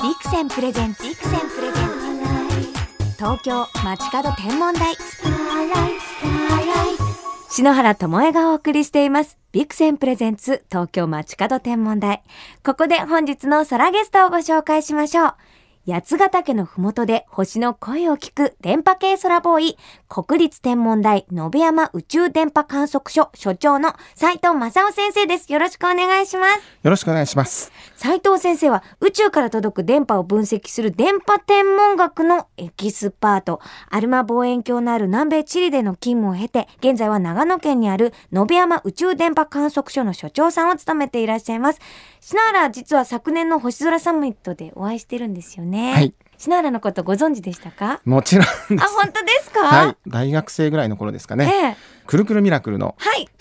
ビクセンプレゼンツ東京街角天文台、篠原智恵がお送りしていますビクセンプレゼンツ東京街角天文台。ここで本日の空ゲストをご紹介しましょう。八ヶ岳のふもとで星の声を聞く電波系空ボーイ、国立天文台延山宇宙電波観測所所長の斉藤正夫先生です。よろしくお願いします。 よろしくお願いします。 斉藤先生は宇宙から届く電波を分析する電波天文学のエキスパート。アルマ望遠鏡のある南米チリでの勤務を経て、現在は長野県にある延山宇宙電波観測所の所長さんを務めていらっしゃいます。篠原、実は昨年の星空サミットでお会いしてるんですよね。 はい。 篠原のことご存知でしたか？ もちろんです。 あ、本当ですか？ はい。大学生ぐらいの頃ですかね。くるくるミラクルの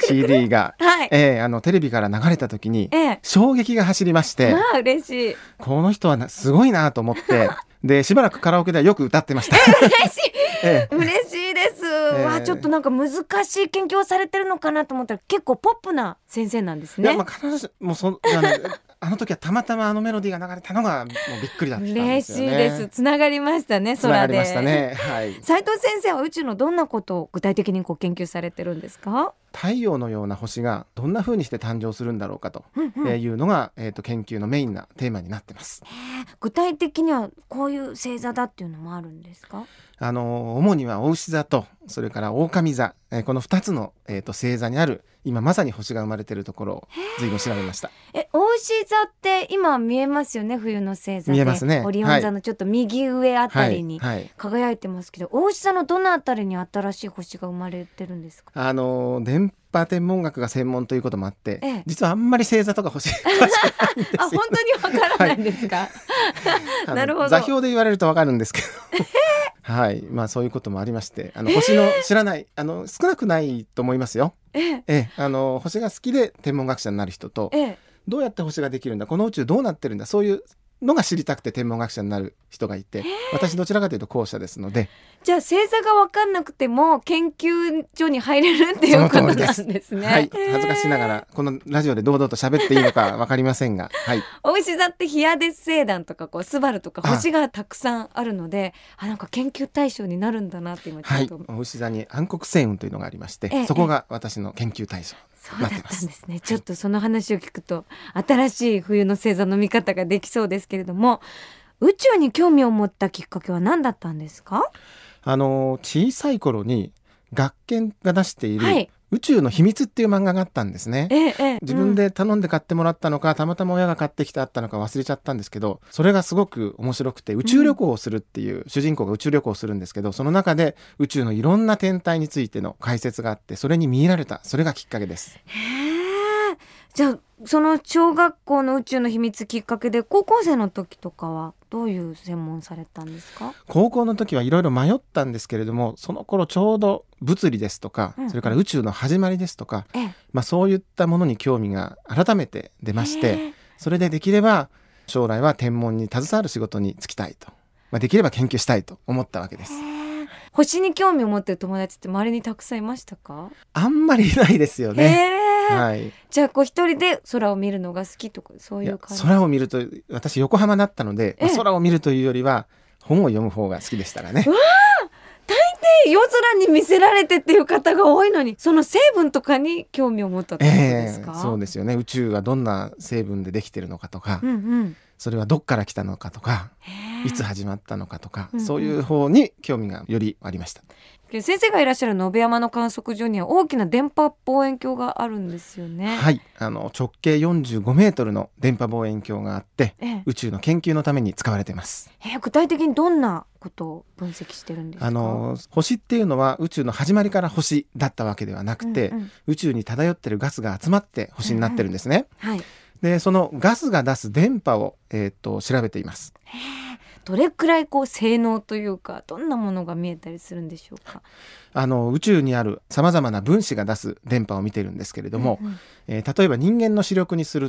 CD が、 はい、 テレビから流れた時に、衝撃が走りまして、 まあ嬉しい。 この人はすごいなと思ってでしばらくカラオケではよく歌ってました。 嬉しい、嬉しいです。わ、ちょっとなんか難しい研究をされてるのかなと思ったら結構ポップな先生なんですね。 いや、必ずしもあの時はたまたまあのメロディーが流れたのがもうびっくりだったんですよね。 嬉しいです。つながりましたね。 つながりましたね。はい。 斉藤先生は宇宙のどんなことを具体的に研究されてるんですか？ 太陽のような星がどんな風にして誕生するんだろうかというのが、研究のメインなテーマになってます。 具体的にはこういう星座だっていうのもあるんですか？ 主には牡牛座とそれから狼座、この2つの、星座にある今まさに星が生まれているところを随分調べました。 牡牛座って今見えますよね。冬の星座で見えますね。 オリオン座のちょっと右上あたりに輝いてますけど、牡牛座のどのあたりに新しい星が生まれてるんですか？ 電波天文学が専門ということもあって、実はあんまり星座とか星詳しくないんですよ。 あ、本当にわからないんですか？なるほど。 座標で言われるとわかるんですけどはい、まあそういうこともありまして、星の知らない少なくないと思いますよ。星が好きで天文学者になる人と、どうやって星ができるんだ、この宇宙どうなってるんだ、そういうのが知りたくて天文学者になる人がいて、私どちらかというと後者ですので。 じゃあ星座が分かんなくても研究所に入れるっていうことなんですね。 はい、恥ずかしながらこのラジオで堂々と喋っていいのか分かりませんが、はい。 牡牛座ってヒアデス星団とかスバルとか星がたくさんあるので、なんか研究対象になるんだなって今ちょっと、 牡牛座に暗黒星雲というのがありまして、そこが私の研究対象。 そうだったんですね。ちょっとその話を聞くと新しい冬の星座の見方ができそうですけれども、宇宙に興味を持ったきっかけは何だったんですか？ 小さい頃に学研が出している、宇宙の秘密っていう漫画があったんですね。自分で頼んで買ってもらったのか、たまたま親が買ってきてあったのか忘れちゃったんですけど、それがすごく面白くて、宇宙旅行をするっていう、主人公が宇宙旅行をするんですけど、その中で宇宙のいろんな天体についての解説があって、それに見入られた。それがきっかけです。 じゃあその小学校の宇宙の秘密きっかけで高校生の時とかはどういう専門されたんですか？ 高校の時はいろいろ迷ったんですけれども、その頃ちょうど物理ですとか、それから宇宙の始まりですとか、そういったものに興味が改めて出まして、それでできれば将来は天文に携わる仕事に就きたいと、できれば研究したいと思ったわけです。 星に興味を持ってる友達って周りにたくさんいましたか？ あんまりいないですよね。 じゃあ一人で空を見るのが好きとかそういう感じ？ 空を見ると、私横浜だったので、空を見るというよりは本を読む方が好きでしたがね。 大抵夜空に見せられてっていう方が多いのに、その成分とかに興味を持ったってことですか？ そうですよね。宇宙がどんな成分でできてるのかとか、それはどっから来たのかとか、いつ始まったのかとか、そういう方に興味がよりありました。 先生がいらっしゃる延山の観測所には大きな電波望遠鏡があるんですよね。 はい、直径45メートルの電波望遠鏡があって、宇宙の研究のために使われています。 具体的にどんなことを分析してるんですか？ 星っていうのは宇宙の始まりから星だったわけではなくて、宇宙に漂ってるガスが集まって星になってるんですね。でそのガスが出す電波を、調べています。 どれくらい性能というか、どんなものが見えたりするんでしょうか？ 宇宙にあるさまざまな分子が出す電波を見てるんですけれども、例えば人間の視力にすると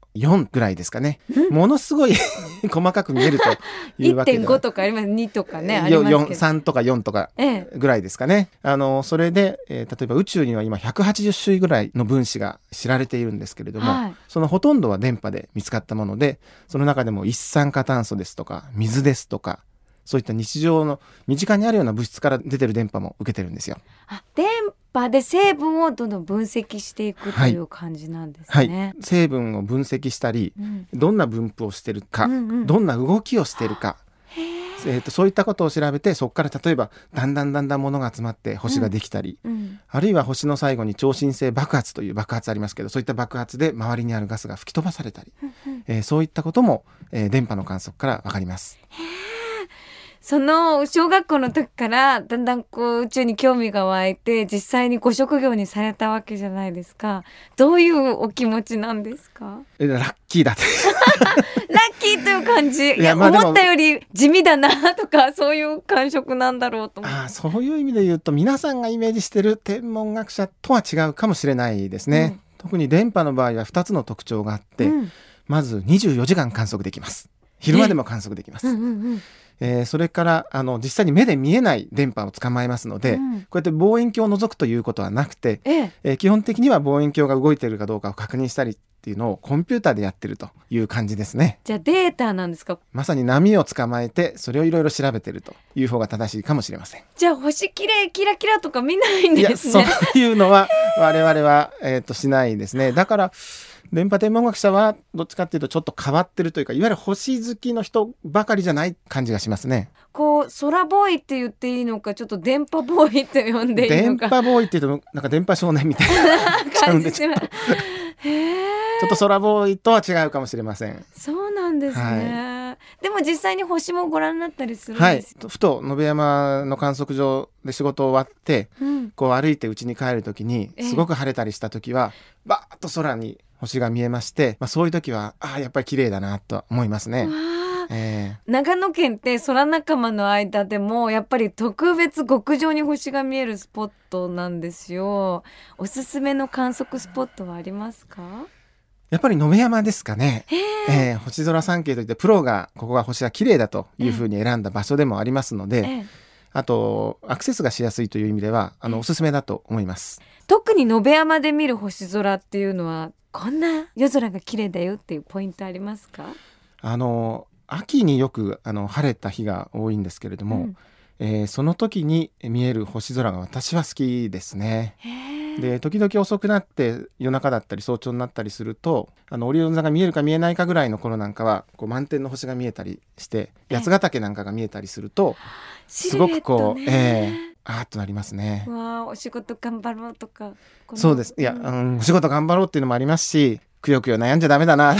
4ぐらいですかね。ものすごい細かく見えるというわけでは 1.5 とかあります、2とかねありますけど、 3とか4とかぐらいですかね。それで、例えば宇宙には今180種類ぐらいの分子が知られているんですけれども、そのほとんどは電波で見つかったもので、その中でも一酸化炭素ですとか水ですとか、そういった日常の身近にあるような物質から出てる電波も受けてるんですよ。 電波で成分をどんどん分析していくという感じなんですね。 成分を分析したり、どんな分布をしてるか、どんな動きをしてるか、そういったことを調べて、そこから例えばだんだんものが集まって星ができたり、あるいは星の最後に超新星爆発という爆発ありますけど、そういった爆発で周りにあるガスが吹き飛ばされたり、そういったことも、電波の観測からわかります。 その小学校の時からだんだん宇宙に興味が湧いて、実際にご職業にされたわけじゃないですか。どういうお気持ちなんですか？ ラッキーだってラッキーという感じ。思ったより地味だなとか、そういう感触なんだろうと思って。 そういう意味で言うと、皆さんがイメージしてる天文学者とは違うかもしれないですね。特に電波の場合は2つの特徴があって、まず24時間観測できます。昼間でも観測できます。それから実際に目で見えない電波を捕まえますので、こうやって望遠鏡を覗くということはなくて、基本的には望遠鏡が動いているかどうかを確認したりっていうのをコンピューターでやってるという感じですね。 じゃあデータなんですか？ まさに波を捕まえて、それをいろいろ調べてるという方が正しいかもしれません。 じゃあ星きれいキラキラとか見ないんですね。 いや、そういうのは我々は、しないですね。だから電波天文学者はどっちかっていうとちょっと変わってるというか、いわゆる星好きの人ばかりじゃない感じがしますね。 空ボーイって言っていいのか、ちょっと電波ボーイって呼んでいいのか。 電波ボーイって言うとなんか電波少年みたいな感じでちょっと空ボーイとは違うかもしれません。 そうなんですね。でも実際に星もご覧になったりするんです。 ふと野辺山の観測所で仕事終わって、歩いて家に帰るときにすごく晴れたりしたときは、バーッと空に星が見えまして、そういうときはやっぱり綺麗だなと思いますね。 長野県って空仲間の間でもやっぱり特別極上に星が見えるスポットなんですよ。おすすめの観測スポットはありますか？ やっぱり野辺山ですかね。星空三景といってプロがここが星が綺麗だというふうに選んだ場所でもありますので、あとアクセスがしやすいという意味ではおすすめだと思います。 特に野辺山で見る星空っていうのは、こんな夜空が綺麗だよっていうポイントありますか？ 秋によく晴れた日が多いんですけれども、その時に見える星空が私は好きですね。で、時々遅くなって夜中だったり早朝になったりすると、オリオン座が見えるか見えないかぐらいの頃なんかは満天の星が見えたりして、八ヶ岳なんかが見えたりすると、すごくあーっとなりますね。 お仕事頑張ろうとか。 そうです。いや、お仕事頑張ろうっていうのもありますし、くよくよ悩んじゃダメだな。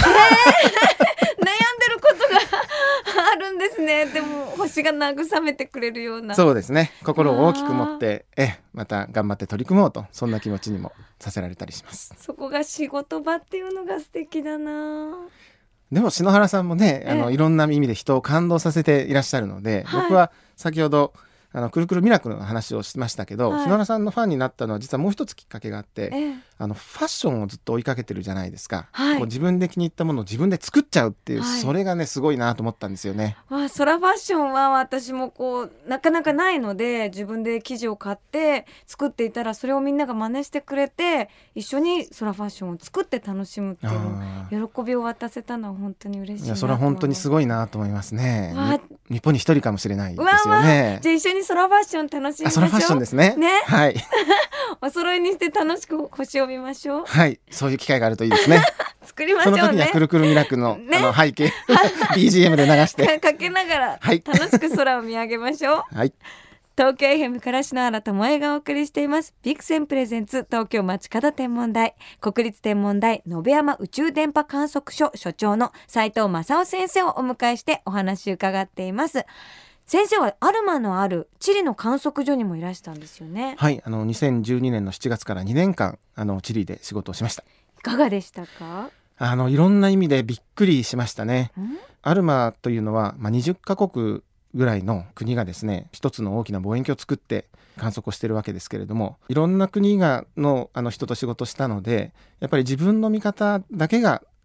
あるんですね。でも星が慰めてくれるような。 そうですね。心を大きく持ってまた頑張って取り組もうと、そんな気持ちにもさせられたりします。 そこが仕事場っていうのが素敵だな。 でも篠原さんもね、いろんな意味で人を感動させていらっしゃるので、僕は先ほどくるくるミラクルの話をしましたけど、篠原さんのファンになったのは実はもう一つきっかけがあって、ファッションをずっと追いかけてるじゃないですか。自分で気に入ったものを自分で作っちゃうっていう、それがねすごいなと思ったんですよね。 空ファッションは私もなかなかないので、自分で生地を買って作っていたら、それをみんなが真似してくれて、一緒に空ファッションを作って楽しむっていう喜びを渡せたのは本当に嬉しいなと。 いや、それは本当にすごいなと思いますね。日本に一人かもしれないですよね。 じゃあ一緒に空ファッション楽しみましょう。 空ファッションですね。 はい。お揃いにして楽しく星を見ましょう。 はい、そういう機会があるといいですね。 作りましょうね。 その時にはくるくるミラクルの、背景BGM で流してかけながら楽しく空を見上げましょう。東京 FM から篠原智恵がお送りしていますビクセンプレゼンツ東京街角天文台、国立天文台野辺山宇宙電波観測所所長の斉藤正夫先生をお迎えしてお話を伺っています。先生はアルマのあるチリの観測所にもいらしたんですよね。 はい、2012年の7月から2年間チリで仕事をしました。 いかがでしたか？ いろんな意味でびっくりしましたね。アルマというのは、20カ国ぐらいの国がですね、一つの大きな望遠鏡を作って観測をしているわけですけれども、いろんな国の人と仕事したので、やっぱり自分の見方だけが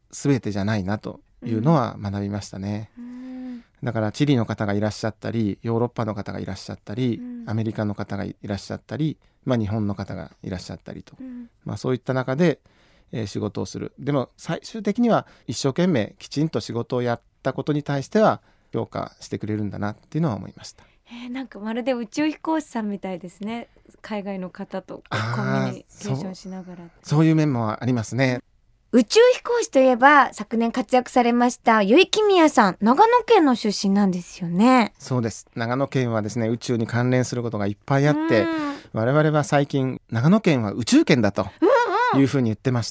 全てじゃないなというのは学びましたね。だからチリの方がいらっしゃったり、ヨーロッパの方がいらっしゃったり、アメリカの方がいらっしゃったり、日本の方がいらっしゃったりと、そういった中で、仕事をする。でも最終的には一生懸命きちんと仕事をやったことに対しては評価してくれるんだなっていうのは思いました。 なんかまるで宇宙飛行士さんみたいですね。海外の方とコミュニケーションしながら。 そういう面もありますね。 宇宙飛行士といえば昨年活躍されました結城公也さん、長野県の出身なんですよね。 そうです。長野県はですね、宇宙に関連することがいっぱいあって、我々は最近長野県は宇宙圏だというふうに言ってまして、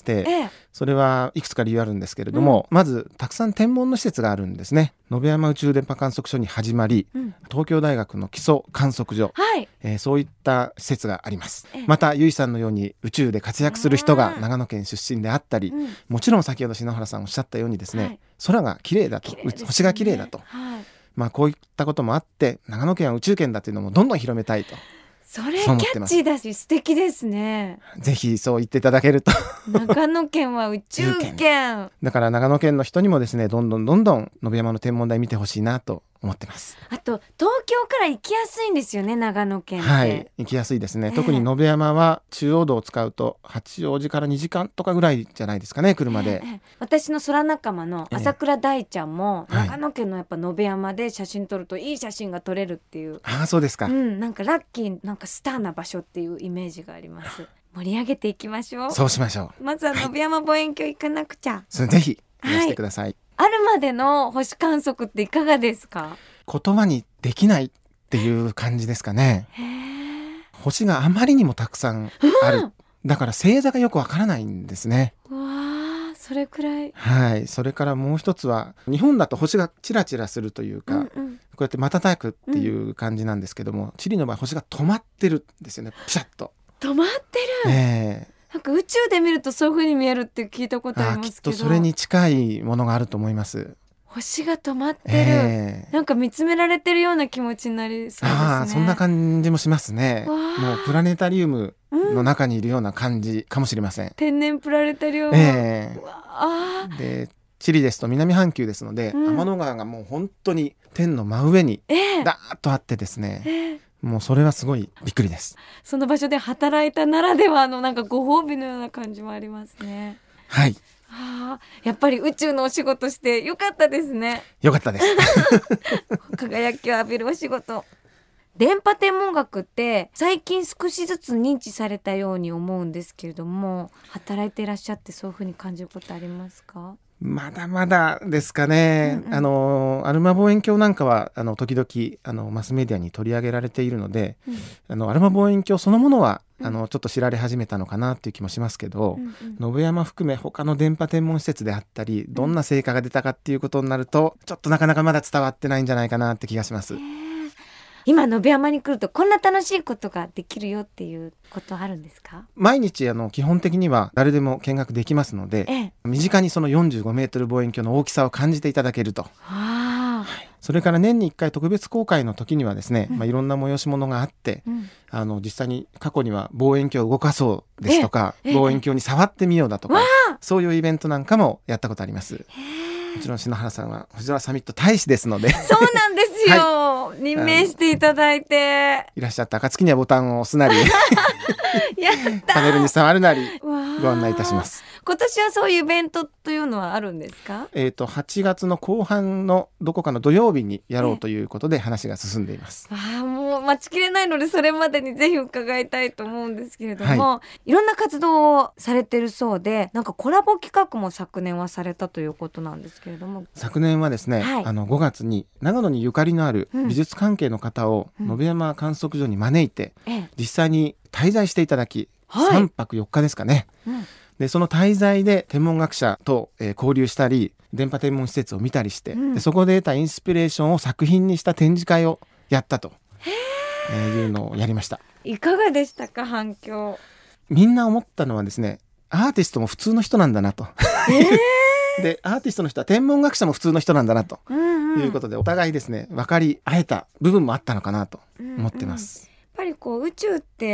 それはいくつか理由あるんですけれども、まずたくさん天文の施設があるんですね。野辺山宇宙電波観測所に始まり、東京大学の基礎観測所、そういった施設があります。またゆいさんのように宇宙で活躍する人が長野県出身であったり、もちろん先ほど篠原さんおっしゃったようにですね、空が綺麗だと、星が綺麗だと、こういったこともあって長野県は宇宙圏だというのもどんどん広めたいと。 それキャッチーだし素敵ですね。 ぜひそう言っていただけると長野県は宇宙圏だから長野県の人にもですね、どんどん野辺山の天文台見てほしいなと思ってます。 あと東京から行きやすいんですよね、長野県って。 はい、行きやすいですね。特に野辺山は中央道を使うと八王子から2時間とかぐらいじゃないですかね、車で。 私の空仲間の朝倉大ちゃんも、長野県のやっぱ野辺山で写真撮るといい写真が撮れるっていう。 そうですか。 なんかラッキー、なんかスターな場所っていうイメージがあります。盛り上げていきましょう。 そうしましょう。 まずは野辺山望遠鏡行かなくちゃ。 それぜひいらしてください。 あるまでの星観測っていかがですか？ 言葉にできないっていう感じですかね。星があまりにもたくさんある、だから星座がよくわからないんですね。 それくらい。 はい。それからもう一つは、日本だと星がチラチラするというか、こうやって瞬くっていう感じなんですけども、チリの場合星が止まってるんですよね。ピシャッと止まってる。なんか宇宙で見るとそういう風に見えるって聞いたことありますけど、 きっとそれに近いものがあると思います。 星が止まってる、なんか見つめられてるような気持ちになりそうですね。 そんな感じもしますね。もうプラネタリウムの中にいるような感じかもしれません。天然プラネタリウム、 でチリですと南半球ですので、天の川がもう本当に天の真上にダーッとあってですね、もうそれはすごいびっくりです。 その場所で働いたならではのなんかご褒美のような感じもありますね。 はい。 やっぱり宇宙のお仕事してよかったですね。 よかったです輝きを浴びるお仕事。電波天文学って最近少しずつ認知されたように思うんですけれども、働いていらっしゃってそういう風に感じることありますか？ まだまだですかね。アルマ望遠鏡なんかは時々マスメディアに取り上げられているので、アルマ望遠鏡そのものはちょっと知られ始めたのかなっていう気もしますけど、野辺山含め他の電波天文施設であったり、どんな成果が出たかっていうことになると、ちょっとなかなかまだ伝わってないんじゃないかなって気がします。 今野辺山に来るとこんな楽しいことができるよっていうことあるんですか？ 毎日基本的には誰でも見学できますので、身近にその45メートル望遠鏡の大きさを感じていただけると。それから年に1回特別公開の時にはですね、いろんな催し物があって、実際に過去には望遠鏡を動かそうですとか、望遠鏡に触ってみようだとか、そういうイベントなんかもやったことあります。もちろん篠原さんは星空サミット大使ですのでそうなんですよ、任命していただいていらっしゃった暁にはボタンを押すなりパネルに触るなりご案内いたします。 今年はそういうイベントというのはあるんですか ？8月の後半のどこかの土曜日にやろうということで話が進んでいます。 もう待ちきれないのでそれまでにぜひ伺いたいと思うんですけれども、いろんな活動をされてるそうで、なんかコラボ企画も昨年はされたということなんですけれども。 昨年はですね、5月に長野にゆかりのある美術関係の方を野辺山観測所に招いて、実際に滞在していただき、3泊4日ですかね、でその滞在で天文学者と、交流したり電波天文施設を見たりして、でそこで得たインスピレーションを作品にした展示会をやったと、いうのをやりました。 いかがでしたか、反響？ みんな思ったのはですね、アーティストも普通の人なんだなと、でアーティストの人は天文学者も普通の人なんだなということで、お互いですね分かり合えた部分もあったのかなと思ってます。 やっぱりこう宇宙って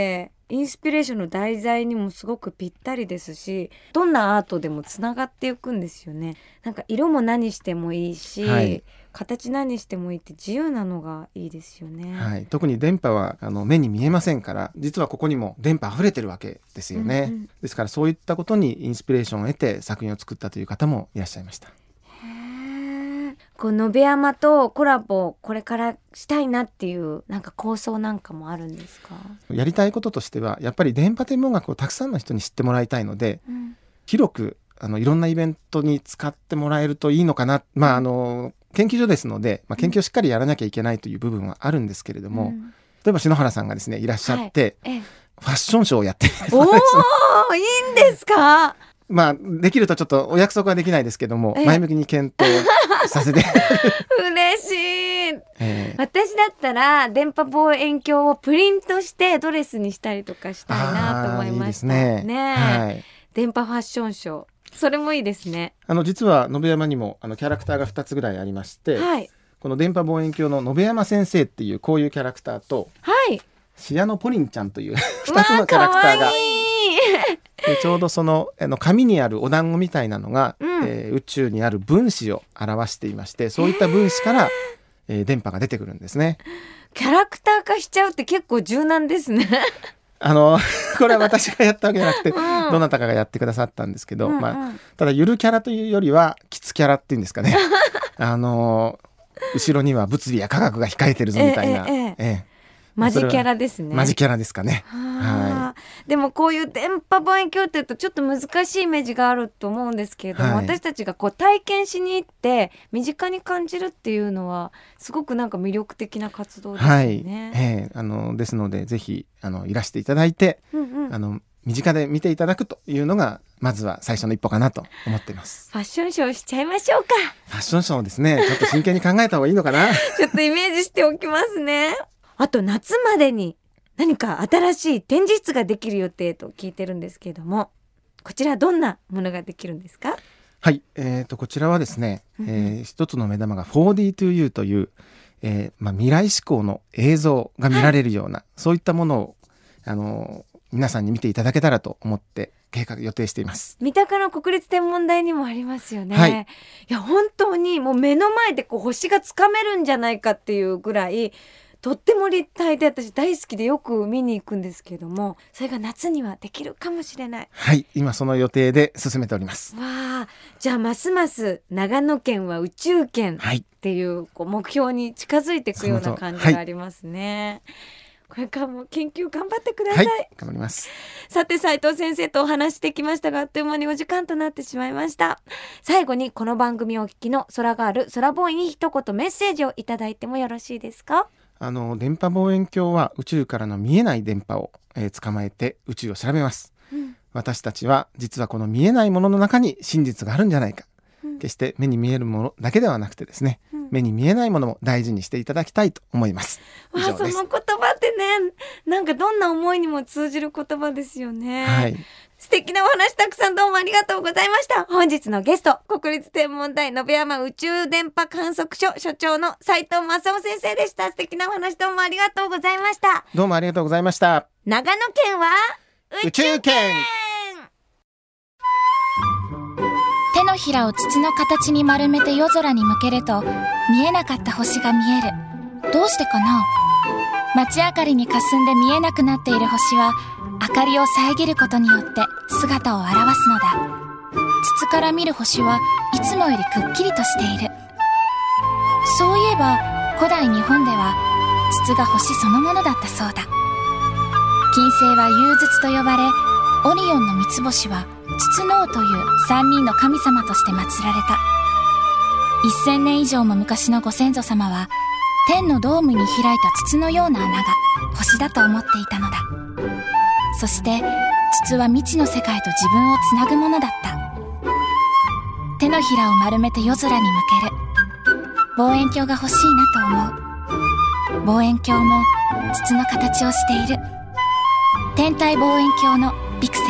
インスピレーションの題材にもすごくぴったりですし、どんなアートでもつながっていくんですよね。なんか色も何してもいいし、はい、形何してもいいって自由なのがいいですよね。 はい、特に電波は目に見えませんから、実はここにも電波溢れてるわけですよね、ですからそういったことにインスピレーションを得て作品を作ったという方もいらっしゃいました。 こう野辺山とコラボこれからしたいなっていうなんか構想なんかもあるんですか？ やりたいこととしてはやっぱり電波天文学をたくさんの人に知ってもらいたいので、広くいろんなイベントに使ってもらえるといいのかな。研究所ですので、研究をしっかりやらなきゃいけないという部分はあるんですけれども、例えば篠原さんがですねいらっしゃって、ファッションショーをやってみるとかですね。 おー、いいんですか？ できるとちょっとお約束はできないですけども、前向きに検討させて嬉しい、私だったら電波望遠鏡をプリントしてドレスにしたりとかしたいなと思いました。いいですね。はい、電波ファッションショー、それもいいですね。 実は野辺山にもキャラクターが2つぐらいありまして、はい、この電波望遠鏡の野辺山先生っていうこういうキャラクターと、はい、シアノポリンちゃんという2つのキャラクターがでちょうどその紙にあるお団子みたいなのが、宇宙にある分子を表していまして、そういった分子から、電波が出てくるんですね。 キャラクター化しちゃうって結構柔軟ですね。 これは私がやったわけじゃなくて、どなたかがやってくださったんですけど、ただゆるキャラというよりはキツキャラっていうんですかね。後ろには物理や科学が控えてるぞみたいな、 マジキャラですね。 マジキャラですかね。はい、 でもこういう電波望遠鏡って言うとちょっと難しいイメージがあると思うんですけれども、私たちがこう体験しに行って身近に感じるっていうのはすごくなんか魅力的な活動ですよね。 ですのでぜひいらしていただいて、身近で見ていただくというのがまずは最初の一歩かなと思っています。 ファッションショーしちゃいましょうか。 ファッションショーですね、ちょっと真剣に考えた方がいいのかな。 ちょっとイメージしておきますね。あと夏までに何か新しい展示室ができる予定と聞いてるんですけれども、こちらどんなものができるんですか？ はい、こちらはですね、一つの目玉が 4D2U という、未来志向の映像が見られるような、そういったものを皆さんに見ていただけたらと思って予定しています。 三鷹の国立天文台にもありますよね。いや本当にもう目の前でこう星がつかめるんじゃないかっていうぐらいとっても立体で、私大好きでよく見に行くんですけども、それが夏にはできるかもしれない。 はい、今その予定で進めております。 わあ、じゃあますます長野県は宇宙圏っていう、目標に近づいていくような感じがありますね。これからも研究頑張ってください。 頑張ります。 さて斉藤先生とお話してきましたが、あっという間にお時間となってしまいました。最後にこの番組をお聞きの空ガール、空ボーイに一言メッセージをいただいてもよろしいですか？ 電波望遠鏡は宇宙からの見えない電波を、捕まえて宇宙を調べます、私たちは実はこの見えないものの中に真実があるんじゃないか、決して目に見えるものだけではなくてですね、目に見えないものも大事にしていただきたいと思います。以上です。 その言葉ってね、なんかどんな思いにも通じる言葉ですよね。素敵なお話たくさんどうもありがとうございました。本日のゲスト、国立天文台野辺山宇宙電波観測所所長の斉藤正夫先生でした。素敵なお話どうもありがとうございました。 どうもありがとうございました。 長野県は宇宙圏。 手のひらを筒の形に丸めて夜空に向けると見えなかった星が見える。どうしてかな？街明かりに霞んで見えなくなっている星は明かりを遮ることによって姿を現すのだ。筒から見る星はいつもよりくっきりとしている。そういえば古代日本では筒が星そのものだったそうだ。金星は幽筒と呼ばれ、オリオンの三つ星は筒の王という三人の神様として祀られた。1000年以上も昔のご先祖様は天のドームに開いた筒のような穴が星だと思っていたのだ。そして筒は未知の世界と自分をつなぐものだった。手のひらを丸めて夜空に向ける。望遠鏡が欲しいなと思う。望遠鏡も筒の形をしている。天体望遠鏡のビクセン。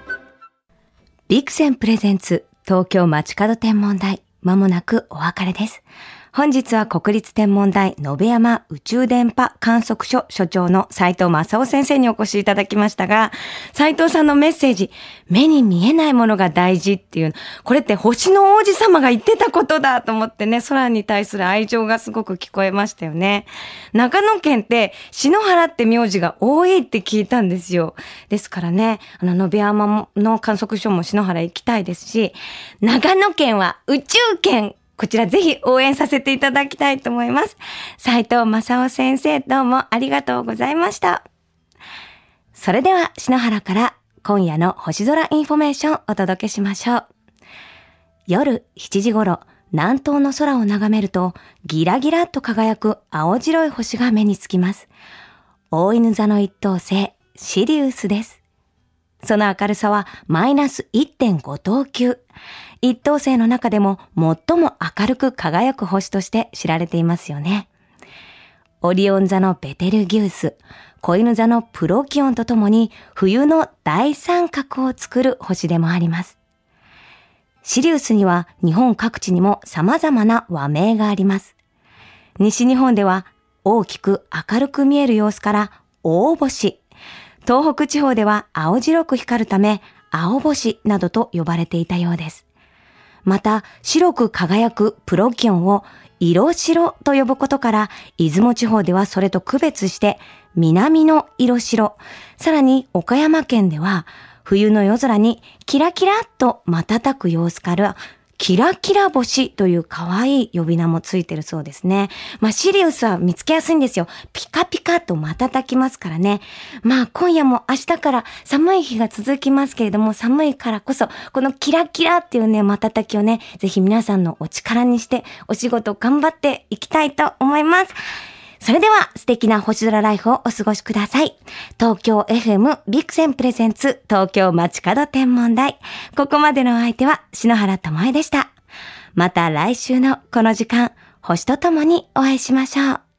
ビクセンプレゼンツ東京街角天文台、まもなくお別れです。 本日は国立天文台野辺山宇宙電波観測所所長の斉藤正夫先生にお越しいただきましたが、斉藤さんのメッセージ、目に見えないものが大事っていう、これって星の王子様が言ってたことだと思ってね、空に対する愛情がすごく聞こえましたよね。長野県って篠原って名字が多いって聞いたんですよ。ですからね、野辺山の観測所も篠原行きたいですし、長野県は宇宙県、こちらぜひ応援させていただきたいと思います。斉藤正夫先生、どうもありがとうございました。それでは篠原から今夜の星空インフォメーションをお届けしましょう。夜7時頃、南東の空を眺めるとギラギラと輝く青白い星が目につきます。大犬座の一等星、シリウスです。その明るさはマイナス 1.5 等級。一等星の中でも最も明るく輝く星として知られていますよね。オリオン座のベテルギウス、子犬座のプロキオンとともに冬の大三角を作る星でもあります。シリウスには日本各地にも様々な和名があります。西日本では大きく明るく見える様子から大星、東北地方では青白く光るため青星などと呼ばれていたようです。また白く輝くプロキオンを色白と呼ぶことから、出雲地方ではそれと区別して南の色白、さらに岡山県では冬の夜空にキラキラっと瞬く様子からキラキラ星という可愛い呼び名もついてるそうですね。シリウスは見つけやすいんですよ。ピカピカと瞬きますからね。今夜も明日から寒い日が続きますけれども、寒いからこそこのキラキラっていうね、瞬きをね、ぜひ皆さんのお力にしてお仕事頑張っていきたいと思います。それでは素敵な星空ライフをお過ごしください。東京 FM ビクセンプレゼンツ東京街角天文台。ここまでのお相手は篠原智恵でした。また来週のこの時間、星とともにお会いしましょう。